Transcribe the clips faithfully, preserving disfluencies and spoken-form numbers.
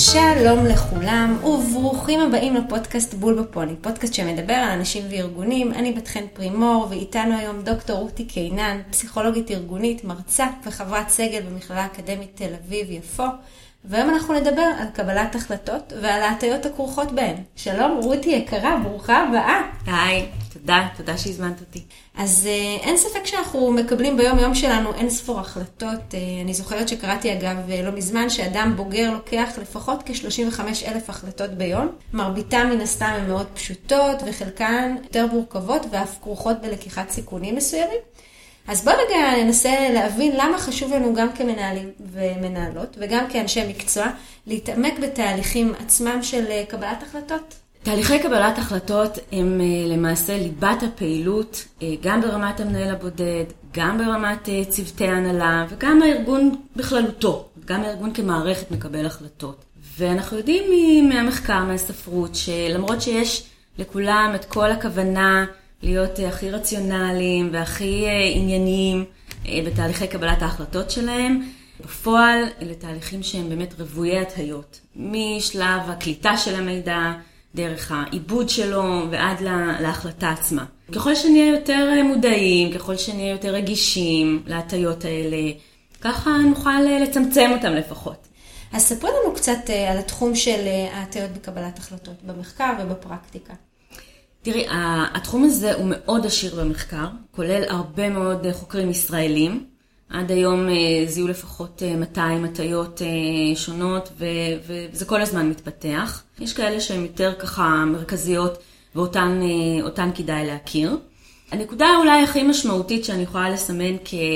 שלום לכולם וברוכים הבאים לפודקאסט בול בפוני, פודקאסט שמדבר על אנשים וארגונים. אני בת חן פרימור ואיתנו היום דוקטור רותי קינן, פסיכולוגית ארגונית, מרצה וחברת סגל במכללה האקדמית תל אביב יפו, והיום אנחנו נדבר על קבלת החלטות ועל ההטיות הכרוכות בהן. שלום רותי יקרה, ברוכה הבאה. היי, תודה, תודה שהזמנת אותי. אז אה, אין ספק שאנחנו מקבלים ביום יום שלנו אין ספור החלטות. אה, אני זוכרת שקראתי אגב לא מזמן שאדם בוגר לוקח לפחות כ-שלושים וחמישה אלף החלטות ביום. מרביתם מן הסתם הן מאוד פשוטות וחלקן יותר מורכבות ואף כרוכות בלקיחת סיכונים מסוימים. אז בוא רגע ננסה להבין למה חשוב לנו גם כמנהלים ומנהלות וגם כאנשי מקצוע להתעמק בתהליכים עצמם של קבלת החלטות. תהליכי קבלת החלטות הם למעשה ליבת הפעילות, גם ברמת המנהל הבודד, גם ברמת צוותי ההנהלה וגם הארגון בכללותו, גם הארגון כמערכת מקבל החלטות. ואנחנו יודעים מהמחקר, מהספרות, שלמרות שיש לכולם את כל הכוונה להיות הכי רציונליים והכי ענייניים בתהליכי קבלת ההחלטות שלהם, בפועל אלה תהליכים שהם באמת רבויי הטיות, משלב הקליטה של המידע, דרך העיבוד שלו ועד להחלטה עצמה. ככל שנהיה יותר מודעים, ככל שנהיה יותר רגישים להטיות האלה, ככה נוכל לצמצם אותם לפחות. אז ספרו לנו קצת על התחום של ההטיות בקבלת החלטות במחקר ובפרקטיקה. תראי, התחום הזה הוא מאוד עשיר במחקר, כולל הרבה מאוד חוקרים ישראלים. עד היום זיהו לפחות מאתיים הטיות שונות, וזה כל הזמן מתפתח. יש כאלה שהן יותר ככה מרכזיות, ואותן אותן כדאי להכיר. הנקודה אולי הכי משמעותית שאני יכולה לסמן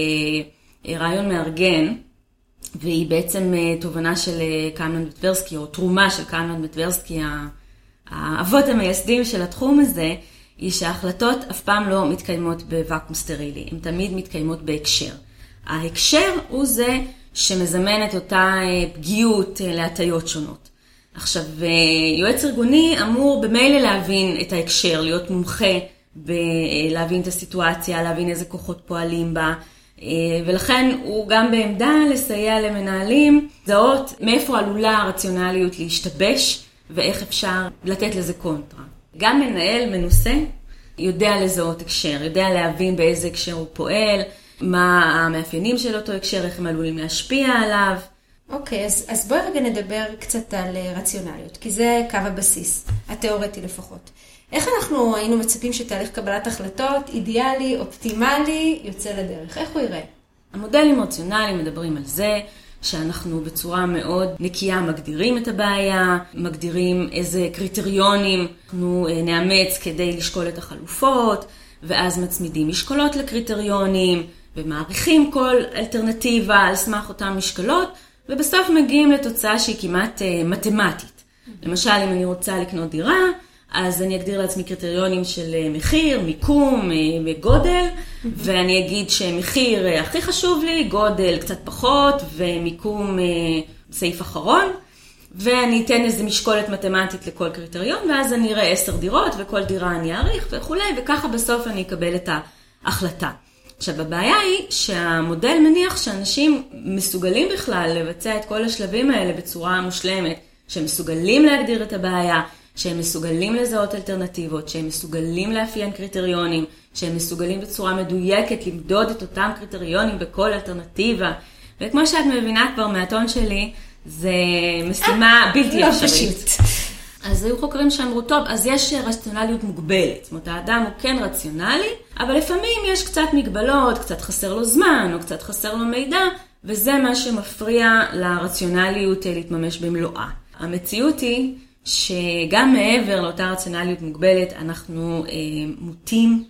כרעיון מארגן, והיא בעצם תובנה של קלמן וטברסקי, או תרומה של קלמן וטברסקי, האבות המייסדים של התחום הזה, היא שההחלטות אף פעם לא מתקיימות בוואקום סטרילי, הן תמיד מתקיימות בהקשר. ההקשר הוא זה שמזמן את אותה פגיעות להטיות שונות. עכשיו, יועץ ארגוני אמור במילא להבין את ההקשר, להיות מומחה בלהבין את הסיטואציה, להבין איזה כוחות פועלים בה, ולכן הוא גם בעמדה לסייע למנהלים, זהות מאיפה עלולה הרציונליות להשתבש, ואיך אפשר לתת לזה קונטרה. גם מנהל מנוסה יודע לזהות הקשר, יודע להבין באיזה הקשר הוא פועל, מה המאפיינים של אותו הקשר, איך הם עלולים להשפיע עליו. אוקיי, אז, אז בואי רגע נדבר קצת על רציונליות, כי זה קו הבסיס, התיאורטי לפחות. איך אנחנו היינו מצפים שתהליך קבלת החלטות אידיאלי, אופטימלי, יוצא לדרך? איך הוא יראה? המודלים הרציונליים מדברים על זה, שאנחנו בצורה מאוד נקייה מגדירים את הבעיה, מגדירים איזה קריטריונים אנחנו נאמץ כדי לשקול את החלופות, ואז מצמידים משקולות לקריטריונים, ומעריכים כל אלטרנטיבה על סמך אותם משקלות, ובסוף מגיעים לתוצאה שהיא כמעט מתמטית. למשל, אם אני רוצה לקנות דירה, אז אני אגדיר לעצמי קריטריונים של מחיר, מיקום, גודל, ואני אגיד שמחיר הכי חשוב לי, גודל קצת פחות, ומיקום סעיף אחרון, ואני אתן איזה משקולת מתמטית לכל קריטריון, ואז אני אראה עשר דירות, וכל דירה אני אעריך וכו', וככה בסוף אני אקבל את ההחלטה. עכשיו, הבעיה היא שהמודל מניח שאנשים מסוגלים בכלל לבצע את כל השלבים האלה בצורה מושלמת, שהם מסוגלים להגדיר את הבעיה, שהם מסוגלים לזהות אלטרנטיבות, שהם מסוגלים לאפיין קריטריונים, שהם מסוגלים בצורה מדויקת למדוד את אותם קריטריונים בכל אלטרנטיבה. וכמו שאת מבינה כבר מהטון שלי, זה משימה בלתי אפשרית. אז היו חוקרים שאמרו, טוב, אז יש רציונליות מוגבלת. זאת אומרת, האדם הוא כן רציונלי, אבל לפעמים יש קצת מגבלות, קצת חסר לו זמן, או קצת חסר לו מידע, וזה מה שמפריע לרציונליות להתממש במלואה. המציאות היא שגם מעבר לאותה רציונליות מוגבלת, אנחנו אה, מוטים,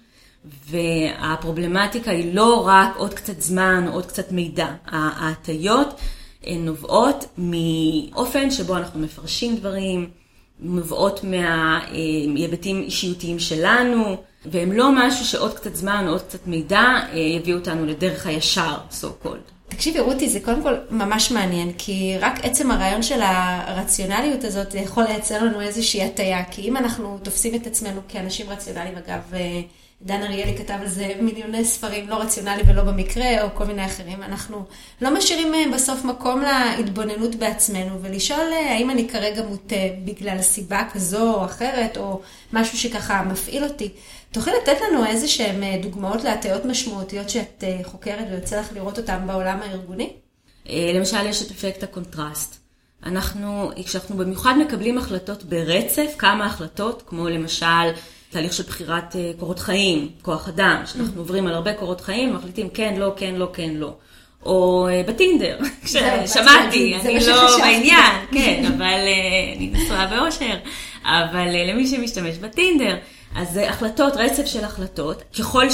והפרובלמטיקה היא לא רק עוד קצת זמן, עוד קצת מידע. ההטיות הן נובעות מאופן שבו אנחנו מפרשים דברים, נובעות מהיבטים אישיותיים שלנו, והם לא משהו שעוד קצת זמן, עוד קצת מידע, יביאו אותנו לדרך הישר, so called. תקשיבי רותי, זה קודם כל ממש מעניין, כי רק עצם הרעיון של הרציונליות הזאת זה יכול לייצר לנו איזושהי הטיה, כי אם אנחנו תופסים את עצמנו כאנשים רציונליים, אגב, דן אריאלי כתב על זה מיליוני ספרים, לא רציונלי ולא במקרה, או כל מיני אחרים. אנחנו לא משאירים בסוף מקום להתבוננות בעצמנו, ולשאול האם אני כרגע מוטה בגלל סיבה כזו או אחרת, או משהו שככה מפעיל אותי. תוכלי לתת לנו איזה שהן דוגמאות להטיות משמעותיות שאת חוקרת ויוצא לך לראות אותן בעולם הארגוני? למשל, יש את אפקט הקונטרסט. אנחנו, כשאנחנו במיוחד מקבלים החלטות ברצף, כמה החלטות, כמו למשל תהליך של בחירת קורות חיים, כוח אדם, שאנחנו עוברים על הרבה קורות חיים, מחליטים כן, לא, כן, לא, כן, לא. או בטינדר, כששמעתי, אני לא בעניין, כן, אבל אני נשואה באושר, אבל למי שמשתמש בטינדר, אז החלטות, רצף של החלטות, ככל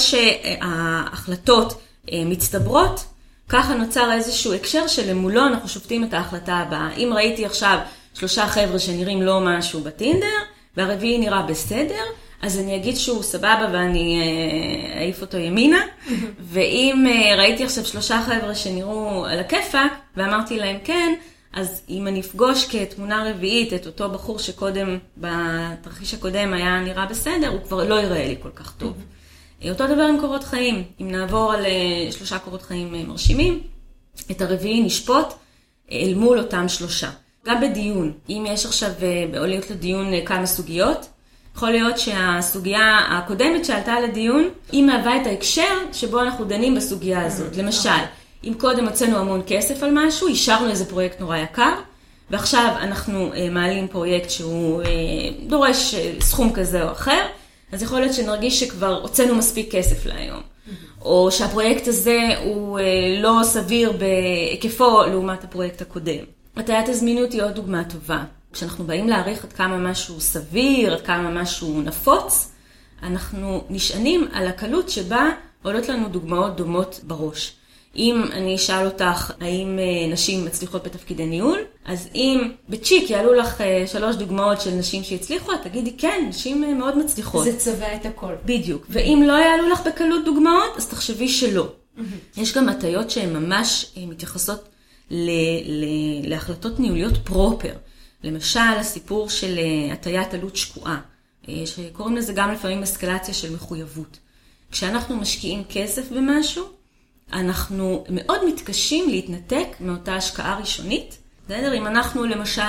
שההחלטות מצטברות, ככה נוצר איזשהו הקשר שלמולו אנחנו שופטים את ההחלטה הבאה. אם ראיתי עכשיו שלושה חבר'ה שנראים לא משהו בטינדר, והרביעי נראה בסדר, אז אני אגיד שהוא סבבה ואני אעיף אותו ימינה. ואם ראיתי עכשיו שלושה חבר'ה שנראו על הכיפק, ואמרתי להם כן, אז אם אני אפגוש כתמונה רביעית את אותו בחור שקודם, בתרחיש הקודם היה נראה בסדר, הוא כבר לא יראה לי כל כך טוב. אותו דבר עם קורות חיים. אם נעבור על שלושה קורות חיים מרשימים, את הרביעי נשפוט אל מול אותם שלושה. גם בדיון, אם יש עכשיו עולות לדיון כמה סוגיות, יכול להיות שהסוגיה הקודמת שעלתה לדיון, היא מהווה את ההקשר שבו אנחנו דנים בסוגיה הזאת. למשל, אם קודם הוצאנו המון כסף על משהו, אישרנו איזה פרויקט נורא יקר, ועכשיו אנחנו מעלים פרויקט שהוא דורש סכום כזה או אחר, אז יכול להיות שנרגיש שכבר הוצאנו מספיק כסף להיום. או שהפרויקט הזה הוא לא סביר בהיקפו לעומת הפרויקט הקודם. הטיית הזמינות היא עוד דוגמה טובה. כשאנחנו באים להעריך עד כמה משהו סביר, עד כמה משהו נפוץ, אנחנו נשענים על הקלות שבה עולות לנו דוגמאות דומות בראש. אם אני אשאל אותך האם נשים מצליחות בתפקידי ניהול, אז אם בצ'יק יעלו לך שלוש דוגמאות של נשים שהצליחו, את תגידי כן, נשים מאוד מצליחות. זה צובע את הכל. בדיוק. ואם לא יעלו לך בקלות דוגמאות, אז תחשבי שלא. יש גם הטיות שהן ממש מתייחסות ל- ל- להחלטות ניהוליות פרופר. למשל, הסיפור של הטיית עלות שקועה, שקוראים לזה גם לפעמים אסקלציה של מחויבות. כשאנחנו משקיעים כסף במשהו, אנחנו מאוד מתקשים להתנתק מאותה השקעה ראשונית. בסדר? אם אנחנו למשל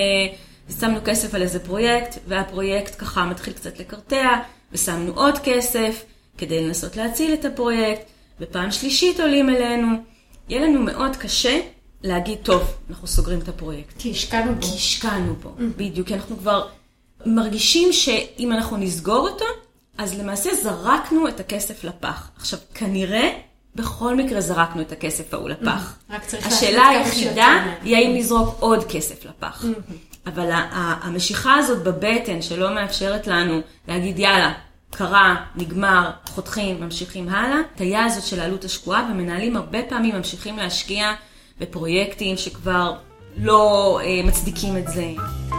שמנו כסף על איזה פרויקט, והפרויקט ככה מתחיל קצת לקרטע, ושמנו עוד כסף כדי לנסות להציל את הפרויקט, ופעם שלישית עולים אלינו, יהיה לנו מאוד קשה להגיד, טוב, אנחנו סוגרים את הפרויקט. כי השקענו בו. כי השקענו בו, mm-hmm. בדיוק. כי אנחנו כבר מרגישים שאם אנחנו נסגור אותו, אז למעשה זרקנו את הכסף לפח. עכשיו, כנראה, בכל מקרה זרקנו את הכסף ההוא לפח. Mm-hmm. רק צריך השאלה היחידה היא האם לזרוק עוד כסף לפח. Mm-hmm. אבל המשיכה הזאת בבטן שלא מאפשרת לנו להגיד, יאללה, קרה, נגמר, חותכים, ממשיכים הלאה, הטיה הזאת של העלות השקועה, ומנהלים הרבה פעמים ממשיכים להשקיע בפרויקטים שכבר לא אה, מצדיקים את זה.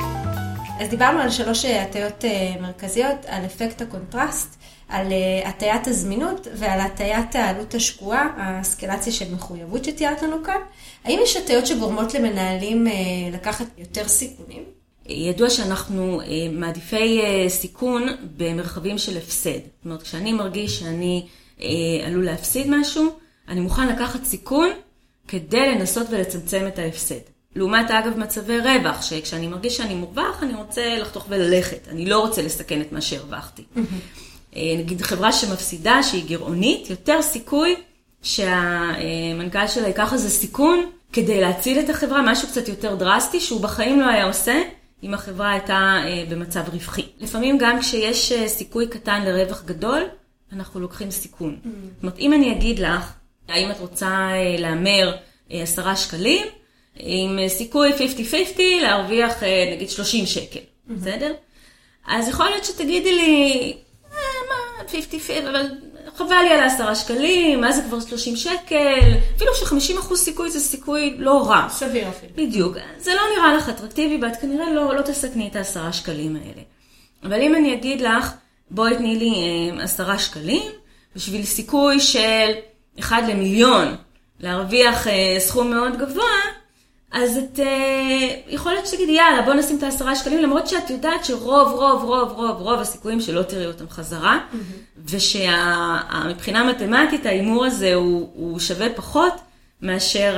אז דיברנו על שלוש הטיות אה, מרכזיות, על אפקט הקונטרסט, על אה, הטיית הזמינות ועל הטיית העלות השקועה, האסקלציה של מחויבות שתיארת לנו כאן. האם יש הטיות שגורמות למנהלים אה, לקחת יותר סיכונים? ידוע שאנחנו אה, מעדיפי אה, סיכון במרחבים של הפסד. זאת אומרת, כשאני מרגיש שאני אה, עלול להפסיד משהו, אני מוכן לקחת סיכון כדי לנסות ולצמצם את ההפסד. לעומת אגב מצבי רווח, שכשאני מרגיש שאני מורווח, אני רוצה לחתוך וללכת. אני לא רוצה לסכן את מה שהרווחתי. נגיד חברה שמפסידה, שהיא גרעונית, יותר סיכוי שהמנכ"ל שלה ייקח איזה סיכון כדי להציל את החברה, משהו קצת יותר דרסטי, שהוא בחיים לא היה עושה, אם החברה הייתה במצב רווחי. לפעמים גם כשיש סיכוי קטן לרווח גדול, אנחנו לוקחים סיכון. זאת אומרת, אם אני אגיד לך, האם את רוצה לאמר עשרה שקלים, עם סיכוי חמישים חמישים להרוויח נגיד שלושים שקל, בסדר? אז יכול להיות שתגידי לי, אה, מה, חמישים חמישים, אבל חבל לי על עשרה שקלים, מה זה כבר שלושים שקל? אפילו ש-חמישים אחוז סיכוי זה סיכוי לא רע. סביר אפילו. בדיוק, זה לא נראה לך אטרקטיבי, ואת כנראה לא, לא תסכני את העשרה שקלים האלה. אבל אם אני אגיד לך, בואי תני לי עשרה שקלים, בשביל סיכוי של אחד למיליון, להרוויח סכום מאוד גבוה, אז את יכול להיות שתגידי, יאללה, בוא נשים את העשרה שקלים, למרות שאת יודעת שרוב, רוב, רוב, רוב, רוב הסיכויים שלא תראי אותם חזרה, ושמבחינה מתמטית האימור הזה הוא, הוא שווה פחות מאשר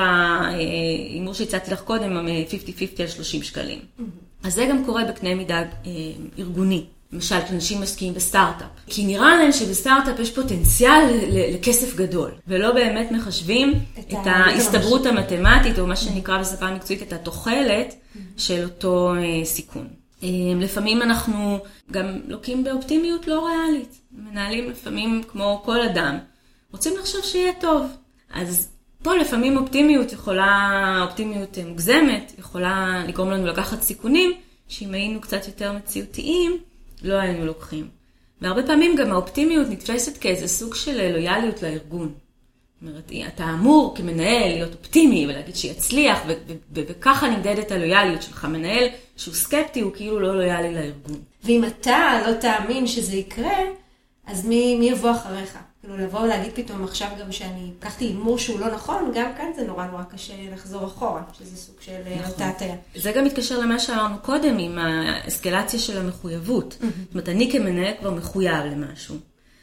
האימור שהצעתי לך קודם, חמישים חמישים על שלושים שקלים. אז זה גם קורה בקנה מידה ארגוני. למשל, כשאנשים משקיעים בסטארט-אפ. כי נראה להם שבסטארט-אפ יש פוטנציאל לכסף גדול, ולא באמת מחשבים את ההסתברות המתמטית, או מה שנקרא בשפה המקצועית, את התוחלת של אותו סיכון. לפעמים אנחנו גם לוקים באופטימיות לא ריאלית. מנהלים לפעמים כמו כל אדם. רוצים לחשוב שיהיה טוב. אז פה לפעמים אופטימיות יכולה, אופטימיות מוגזמת, יכולה לגרום לנו לקחת סיכונים, שאם היינו קצת יותר מציאותיים, לא היינו לוקחים. והרבה פעמים גם האופטימיות נתפסת כאיזה סוג של לויאליות לארגון. זאת אומרת, אתה אמור כמנהל להיות אופטימי ולהגיד שיצליח, וככה נמדד את הלויאליות שלך. מנהל שהוא סקפטי הוא כאילו לא לויאלי לארגון. ואם אתה לא תאמין שזה יקרה, אז מי, מי יבוא אחריך? כאילו לבוא ולהגיד פתאום עכשיו גם שאני לקחתי אימור שהוא לא נכון, גם כאן זה נורא נורא קשה לחזור אחורה, שזה סוג של הרתעתיה. זה גם מתקשר למה שאמרנו קודם עם האסקלציה של המחויבות. זאת אומרת, אני כמנהל כבר מחויב למשהו.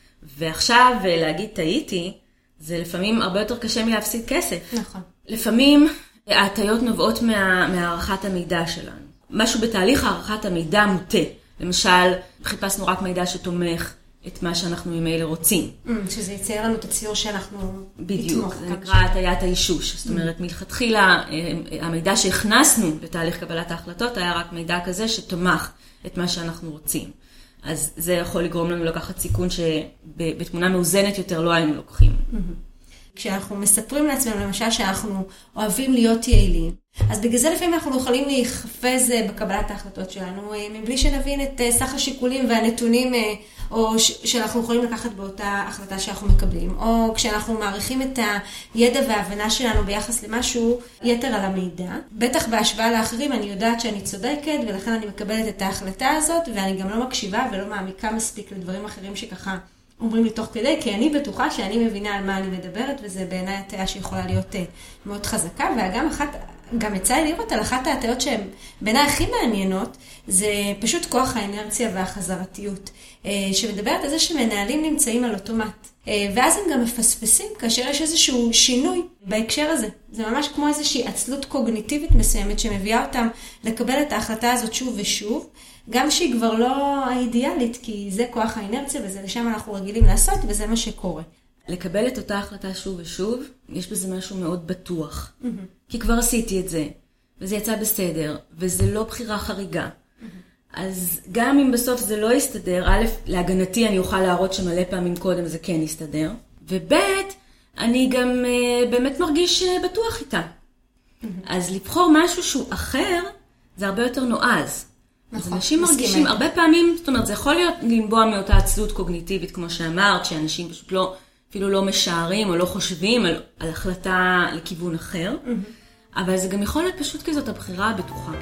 ועכשיו להגיד טעיתי, זה לפעמים הרבה יותר קשה מלהפסיד כסף. נכון. לפעמים ההטיות נובעות מה, מהערכת המידע שלנו. משהו בתהליך הערכת המידע מוטה. למשל, חיפשנו רק מידע שתומך את מה שאנחנו ממילא רוצים. שזה יצייר לנו את הציור שאנחנו בדיוק, זה נקרא הטיית האישוש. זאת אומרת, מלכתחילה, המידע שהכנסנו לתהליך קבלת ההחלטות היה רק מידע כזה שתומך את מה שאנחנו רוצים. אז זה יכול לגרום לנו לקחת סיכון שבתמונה מאוזנת יותר לא היינו לוקחים. כשאנחנו מספרים לעצמנו, למשל, שאנחנו אוהבים להיות יעילים, אז בגלל זה לפעמים אנחנו יכולים להיחפז בקבלת ההחלטות שלנו, מבלי שנבין את סך השיקולים והנתונים, או שאנחנו יכולים לקחת באותה החלטה שאנחנו מקבלים, או כשאנחנו מעריכים את הידע וההבנה שלנו ביחס למשהו יתר על המידע. בטח בהשוואה לאחרים אני יודעת שאני צודקת, ולכן אני מקבלת את ההחלטה הזאת, ואני גם לא מקשיבה ולא מעמיקה מספיק לדברים אחרים שככה אומרים לי תוך כדי, כי אני בטוחה שאני מבינה על מה אני מדברת, וזה בעיניי הטעיה שיכולה להיות מאוד חזקה, וגם אחת, גם יצא לי לראות על אחת ההטעיות שהן בעיניי הכי מעניינות, זה פשוט כוח האנרציה והחזרתיות, שמדברת על זה שמנהלים נמצאים על אוטומט, ואז הם גם מפספסים כאשר יש איזשהו שינוי בהקשר הזה. זה ממש כמו איזושהי עצלות קוגניטיבית מסוימת שמביאה אותם לקבל את ההחלטה הזאת שוב ושוב, גם שהיא כבר לא האידיאלית, כי זה כוח האינרציה וזה לשם אנחנו רגילים לעשות, וזה מה שקורה. לקבל את אותה החלטה שוב ושוב, יש בזה משהו מאוד בטוח. Mm-hmm. כי כבר עשיתי את זה, וזה יצא בסדר, וזה לא בחירה חריגה. Mm-hmm. אז גם אם בסוף זה לא יסתדר, א', להגנתי אני אוכל להראות שמלא פעמים קודם זה כן יסתדר, וב', אני גם uh, באמת מרגיש uh, בטוח איתה. Mm-hmm. אז לבחור משהו שהוא אחר, זה הרבה יותר נועז. נכון, אז אנשים מרגישים, הרבה פעמים, זאת אומרת, זה יכול להיות לנבוע מאותה עצלות קוגניטיבית, כמו שאמרת, שאנשים פשוט לא, אפילו לא משערים או לא חושבים על, על החלטה לכיוון אחר, mm-hmm. אבל זה גם יכול להיות פשוט כי זאת הבחירה הבטוחה.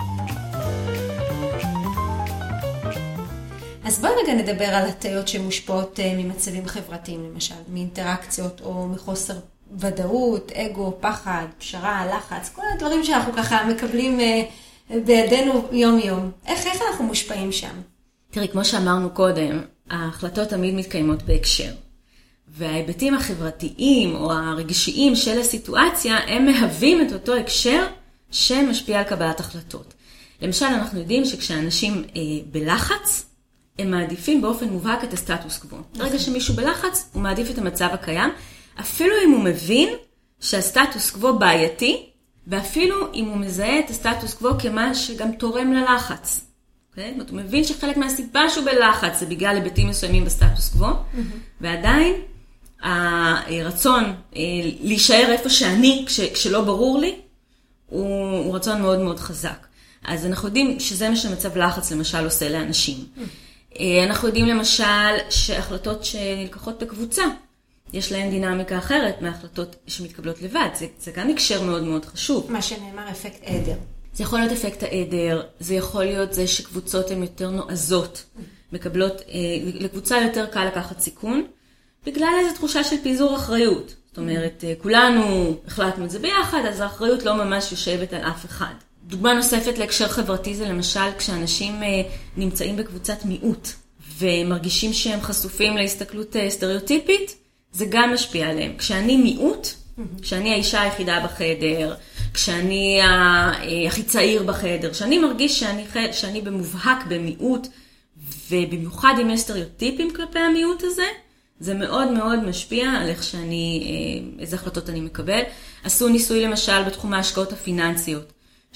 אז בואו רגע נדבר על הטיות שמושפעות ממצבים חברתיים, למשל, מאינטראקציות או מחוסר ודאות, אגו, פחד, פשרה, לחץ, כל הדברים שאנחנו ככה מקבלים בידינו יום-יום. איך, איך אנחנו מושפעים שם? תראי, כמו שאמרנו קודם, ההחלטות תמיד מתקיימות בהקשר. וההיבטים החברתיים או הרגשיים של הסיטואציה, הם מהווים את אותו הקשר שמשפיע על קבלת החלטות. למשל, אנחנו יודעים שכשאנשים אה, בלחץ, הם מעדיפים באופן מובהק את הסטטוס קוו. ברגע שמישהו בלחץ, הוא מעדיף את המצב הקיים, אפילו אם הוא מבין שהסטטוס קוו בעייתי, ואפילו אם הוא מזהה את הסטטוס קוו כמה שגם תורם ללחץ. Okay? הוא מבין שחלק מהסיבה שהוא בלחץ זה בגלל היבטים מסוימים בסטטוס קוו, mm-hmm. ועדיין הרצון להישאר איפה שאני כש, כשלא ברור לי, הוא, הוא רצון מאוד מאוד חזק. אז אנחנו יודעים שזה מה שמצב לחץ למשל עושה לאנשים. Mm-hmm. אנחנו יודעים למשל שהחלטות שנלקחות בקבוצה, יש להן דינמיקה אחרת מההחלטות שמתקבלות לבד. זה, זה גם הקשר מאוד מאוד חשוב. מה שנאמר אפקט עדר. זה יכול להיות אפקט העדר, זה יכול להיות זה שקבוצות הן יותר נועזות, מקבלות, אה, לקבוצה יותר קל לקחת סיכון, בגלל איזו תחושה של פיזור אחריות. זאת אומרת, כולנו החלטנו את זה ביחד, אז האחריות לא ממש יושבת על אף אחד. דוגמה נוספת להקשר חברתי זה למשל כשאנשים נמצאים בקבוצת מיעוט ומרגישים שהם חשופים להסתכלות סטריאוטיפית, זה גם משפיע עליהם. כשאני מיעוט, כשאני האישה היחידה בחדר, כשאני הכי צעיר בחדר, כשאני מרגיש שאני, שאני במובהק במיעוט, ובמיוחד אם יש סטריאוטיפים כלפי המיעוט הזה, זה מאוד מאוד משפיע על איך שאני, איזה החלטות אני מקבל. עשו ניסוי למשל בתחום ההשקעות הפיננסיות,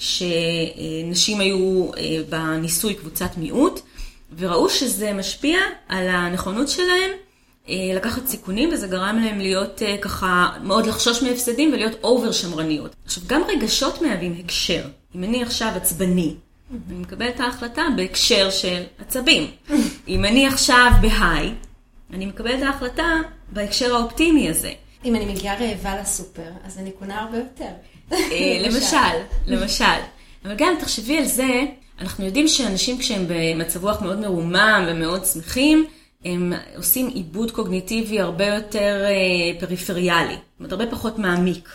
שנשים היו בניסוי קבוצת מיעוט, וראו שזה משפיע על הנכונות שלהם לקחת סיכונים, וזה גרם להם להיות ככה, מאוד לחשוש מהפסדים ולהיות אובר שמרניות. עכשיו, גם רגשות מהווים הקשר. אם אני עכשיו עצבני, אני מקבלת את ההחלטה בהקשר של עצבים. אם אני עכשיו בהיי, אני מקבלת את ההחלטה בהקשר האופטימי הזה. אם אני מגיעה רעבה לסופר, אז אני קונה הרבה יותר. למשל, למשל. אבל גם תחשבי על זה, אנחנו יודעים שאנשים כשהם במצב רוח מאוד מרומם ומאוד שמחים, הם עושים עיבוד קוגניטיבי הרבה יותר פריפריאלי, זאת אומרת, הרבה פחות מעמיק.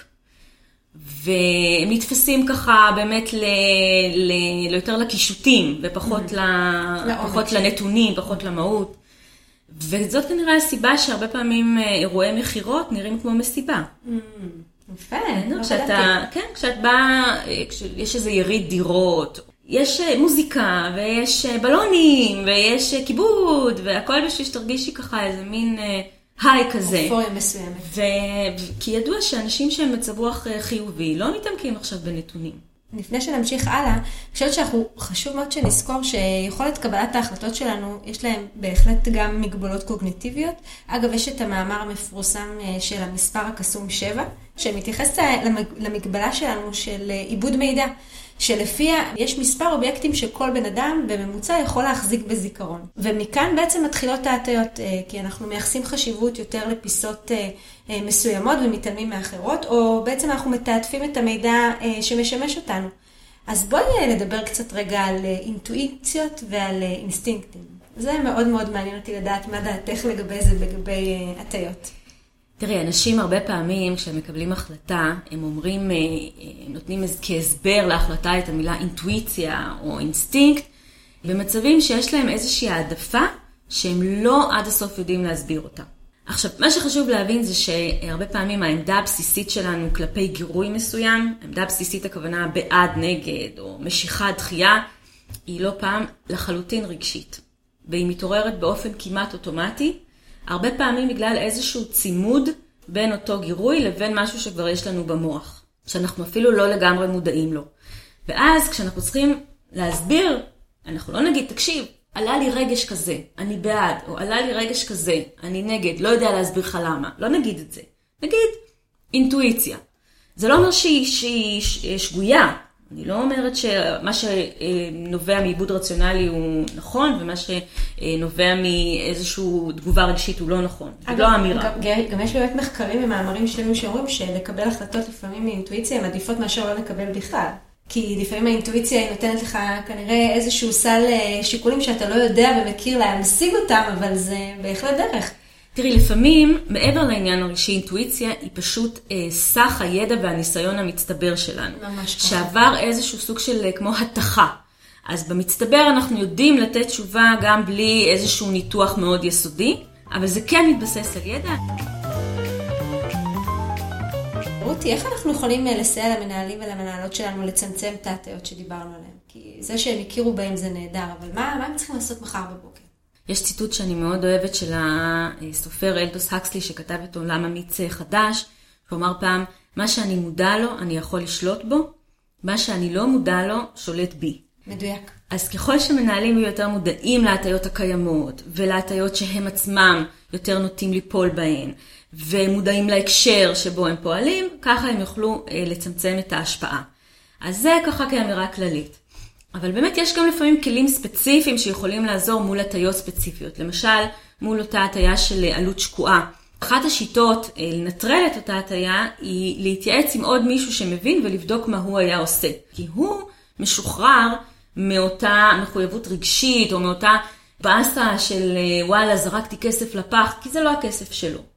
והם נתפסים ככה באמת ל, ל, ליותר לקישוטים, ופחות ל, פחות לנתונים, פחות למהות. וזאת כנראה הסיבה שהרבה פעמים אירועי מחירות נראים כמו מסיבה. יפה, לא כשאתה, כן, כשאת באה, כשיש איזה יריד דירות, יש מוזיקה, ויש בלונים, ויש כיבוד, והכל בשביל שתרגישי ככה איזה מין היי כזה. אופוריה מסוימת. כי ידוע שאנשים שהם מצב רוח חיובי, לא מתעמקים עכשיו בנתונים. לפני שנמשיך הלאה, אני חושבת שאנחנו חשוב מאוד שנזכור שיכולת קבלת ההחלטות שלנו, יש להם בהחלט גם מגבלות קוגניטיביות. אגב, יש את המאמר המפורסם של המספר הקסום שבע, שמתייחס למגבלה שלנו של עיבוד מידע, שלפיה יש מספר אובייקטים שכל בן אדם בממוצע יכול להחזיק בזיכרון. ומכאן בעצם מתחילות ההטיות, כי אנחנו מייחסים חשיבות יותר לפיסות מסוימות ומתעלמים מאחרות, או בעצם אנחנו מתעדפים את המידע שמשמש אותנו. אז בואי נדבר קצת רגע על אינטואיציות ועל אינסטינקטים. זה מאוד מאוד מעניין אותי לדעת מה דעתך לגבי זה, לגבי הטיות. תראי, אנשים הרבה פעמים כשהם מקבלים החלטה, הם אומרים, נותנים כהסבר להחלטה את המילה אינטואיציה או אינסטינקט, במצבים שיש להם איזושהי העדפה שהם לא עד הסוף יודעים להסביר אותה. עכשיו, מה שחשוב להבין זה שהרבה פעמים העמדה הבסיסית שלנו כלפי גירוי מסוים, העמדה הבסיסית הכוונה בעד, נגד או משיכה, דחייה, היא לא פעם לחלוטין רגשית. והיא מתעוררת באופן כמעט אוטומטי, הרבה פעמים בגלל איזשהו צימוד בין אותו גירוי לבין משהו שכבר יש לנו במוח, שאנחנו אפילו לא לגמרי מודעים לו. ואז כשאנחנו צריכים להסביר, אנחנו לא נגיד, תקשיב, עלה לי רגש כזה, אני בעד, או עלה לי רגש כזה, אני נגד, לא יודע להסביר לך למה. לא נגיד את זה. נגיד, אינטואיציה. זה לא אומר שהיא, שהיא שגויה. אני לא אומרת שמה שנובע מעיבוד רציונלי הוא נכון, ומה שנובע מאיזושהי תגובה רגשית הוא לא נכון. זה לא אמירה. גם יש באמת מחקרים ומאמרים שלמים שאומרים שלקבל החלטות לפעמים מאינטואיציה הן עדיפות מאשר לא לקבל בכלל. כי לפעמים האינטואיציה היא נותנת לך כנראה איזשהו סל שיקולים שאתה לא יודע ומכיר להשיג אותם, אבל זה בהחלט דרך. תראי, לפעמים, מעבר לעניין הרגשי, אינטואיציה היא פשוט אה, סך הידע והניסיון המצטבר שלנו. ממש ככה. שעבר איזשהו סוג של כמו התחה. אז במצטבר אנחנו יודעים לתת תשובה גם בלי איזשהו ניתוח מאוד יסודי, אבל זה כן מתבסס על ידע. רותי, איך אנחנו יכולים לסייע למנהלים ולמנהלות שלנו לצמצם את ההטיות שדיברנו עליהם? כי זה שהם הכירו בהם זה נהדר, אבל מה, מה הם צריכים לעשות מחר בבוקר? יש ציטוט שאני מאוד אוהבת של הסופר אלדוס הקסלי שכתב את עולם אמיץ חדש, הוא אמר פעם, מה שאני מודע לו אני יכול לשלוט בו, מה שאני לא מודע לו שולט בי. מדויק. אז ככל שמנהלים יהיו יותר מודעים להטיות הקיימות ולהטיות שהם עצמם יותר נוטים ליפול בהן, ומודעים להקשר שבו הם פועלים, ככה הם יוכלו לצמצם את ההשפעה. אז זה ככה כאמירה כללית. אבל באמת יש גם לפעמים כלים ספציפיים שיכולים לעזור מול הטיות ספציפיות. למשל, מול אותה הטיה של עלות שקועה. אחת השיטות לנטרל את אותה הטיה היא להתייעץ עם עוד מישהו שמבין ולבדוק מה הוא היה עושה. כי הוא משוחרר מאותה מחויבות רגשית או מאותה באסה של וואלה זרקתי כסף לפח, כי זה לא הכסף שלו.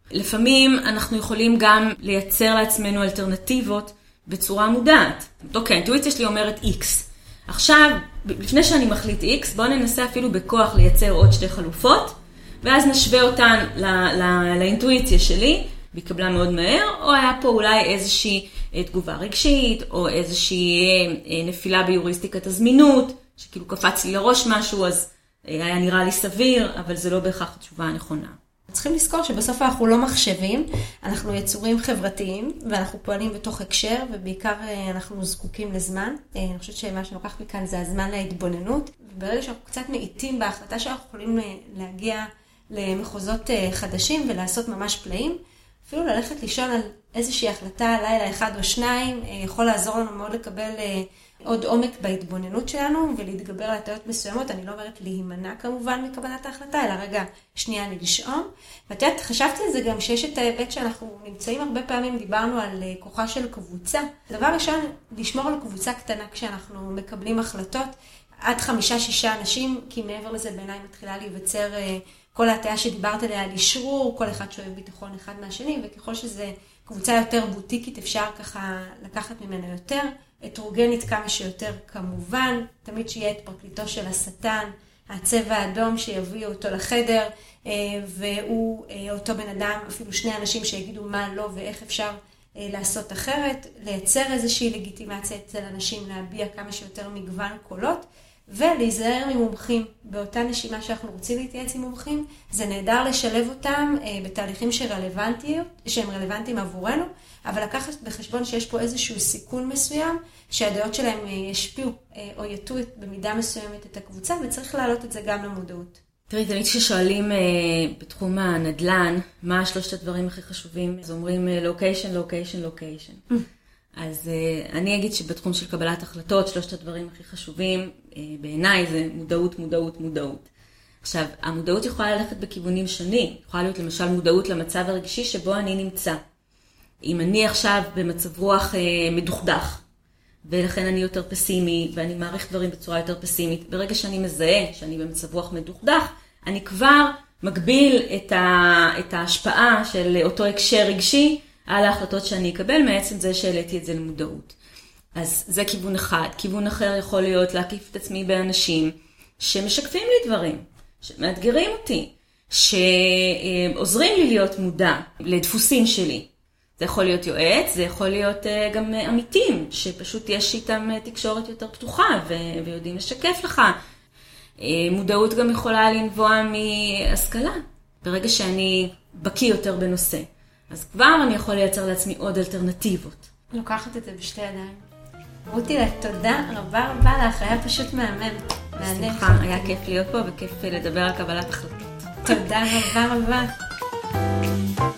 לפעמים אנחנו יכולים גם לייצר לעצמנו אלטרנטיבות בצורה מודעת. אוקיי, האינטואיציה שלי אומרת X. עכשיו, לפני שאני מחליט X, בואו ננסה אפילו בכוח לייצר עוד שתי חלופות, ואז נשווה אותן לאינטואיציה שלי, והיא קבלה מאוד מהר, או היה פה אולי איזושהי תגובה רגשית, או איזושהי נפילה ביוריסטיקת הזמינות, שכאילו קפץ לי לראש משהו, אז היה נראה לי סביר, אבל זה לא בהכרח התשובה הנכונה. צריכים לזכור שבסוף אנחנו לא מחשבים, אנחנו יצורים חברתיים, ואנחנו פועלים בתוך הקשר, ובעיקר אנחנו זקוקים לזמן. אני חושבת שמה שנוקח מכאן זה הזמן להתבוננות, וברגע שאנחנו קצת מאיטים בהחלטה שאנחנו יכולים להגיע למחוזות חדשים ולעשות ממש פלאים, אפילו ללכת לישון על איזושהי החלטה, לילה אחד או שניים, יכול לעזור לנו מאוד לקבל עוד עומק בהתבוננות שלנו ולהתגבר על הטעויות מסוימות. אני לא אומרת להימנע כמובן מקבלת ההחלטה, אלא רגע שנייה נשאום. ואת יודעת, חשבתי על זה גם שיש את ההיבט שאנחנו נמצאים הרבה פעמים, דיברנו על כוחה של קבוצה. דבר ראשון, לשמור על קבוצה קטנה כשאנחנו מקבלים החלטות, עד חמישה, שישה אנשים, כי מעבר לזה בעיניי מתחילה להיווצר כל ההטיה שדיברת עליה על אישרור, כל אחד שואב ביטחון אחד מהשני, וככל שזה קבוצה יותר בוטיקית, אפשר ככה לקחת ממנה יותר, הטרוגנית כמה שיותר כמובן, תמיד שיהיה את פרקליטו של השטן, הצבע האדום שיביאו אותו לחדר, והוא אותו בן אדם, אפילו שני אנשים שיגידו מה לא ואיך אפשר לעשות אחרת, לייצר איזושהי לגיטימציה אצל אנשים, להביע כמה שיותר מגוון קולות, ולהיזהר ממומחים. באותה נשימה שאנחנו רוצים להתייעץ עם מומחים, זה נהדר לשלב אותם בתהליכים שהם רלוונטיים עבורנו, אבל לקחת בחשבון שיש פה איזשהו סיכון מסוים, שהדעות שלהם ישפיעו או יטו במידה מסוימת את הקבוצה, וצריך להעלות את זה גם למודעות. תראי, תמיד כששואלים בתחום הנדל"ן, מה שלושת הדברים הכי חשובים, אז אומרים לוקיישן, לוקיישן, לוקיישן. אז אני אגיד שבתחום של קבלת החלטות, שלושת הדברים הכי חשובים, בעיניי זה מודעות, מודעות, מודעות. עכשיו, המודעות יכולה ללכת בכיוונים שונים. יכולה להיות למשל מודעות למצב הרגשי שבו אני נמצא. אם אני עכשיו במצב רוח מדוכדך, ולכן אני יותר פסימי, ואני מעריך דברים בצורה יותר פסימית, ברגע שאני מזהה שאני במצב רוח מדוכדך, אני כבר מגביל את, ה, את ההשפעה של אותו הקשר רגשי, על ההחלטות שאני אקבל, מעצם זה שהעליתי את זה למודעות. אז זה כיוון אחד. כיוון אחר יכול להיות להקיף את עצמי באנשים שמשקפים לי דברים, שמאתגרים אותי, שעוזרים לי להיות מודע לדפוסים שלי. זה יכול להיות יועץ, זה יכול להיות גם עמיתים, שפשוט יש איתם תקשורת יותר פתוחה ו- ויודעים לשקף לך. מודעות גם יכולה לנבוע מהשכלה, ברגע שאני בקיא יותר בנושא. אז כבר אני יכול לייצר לעצמי עוד אלטרנטיבות. לוקחת את זה בשתי ידיים. רותי, תודה רבה רבה לך, היה פשוט מהמם. שמחה, היה כיף להיות פה וכיף לדבר על קבלת החלטות. תודה רבה רבה.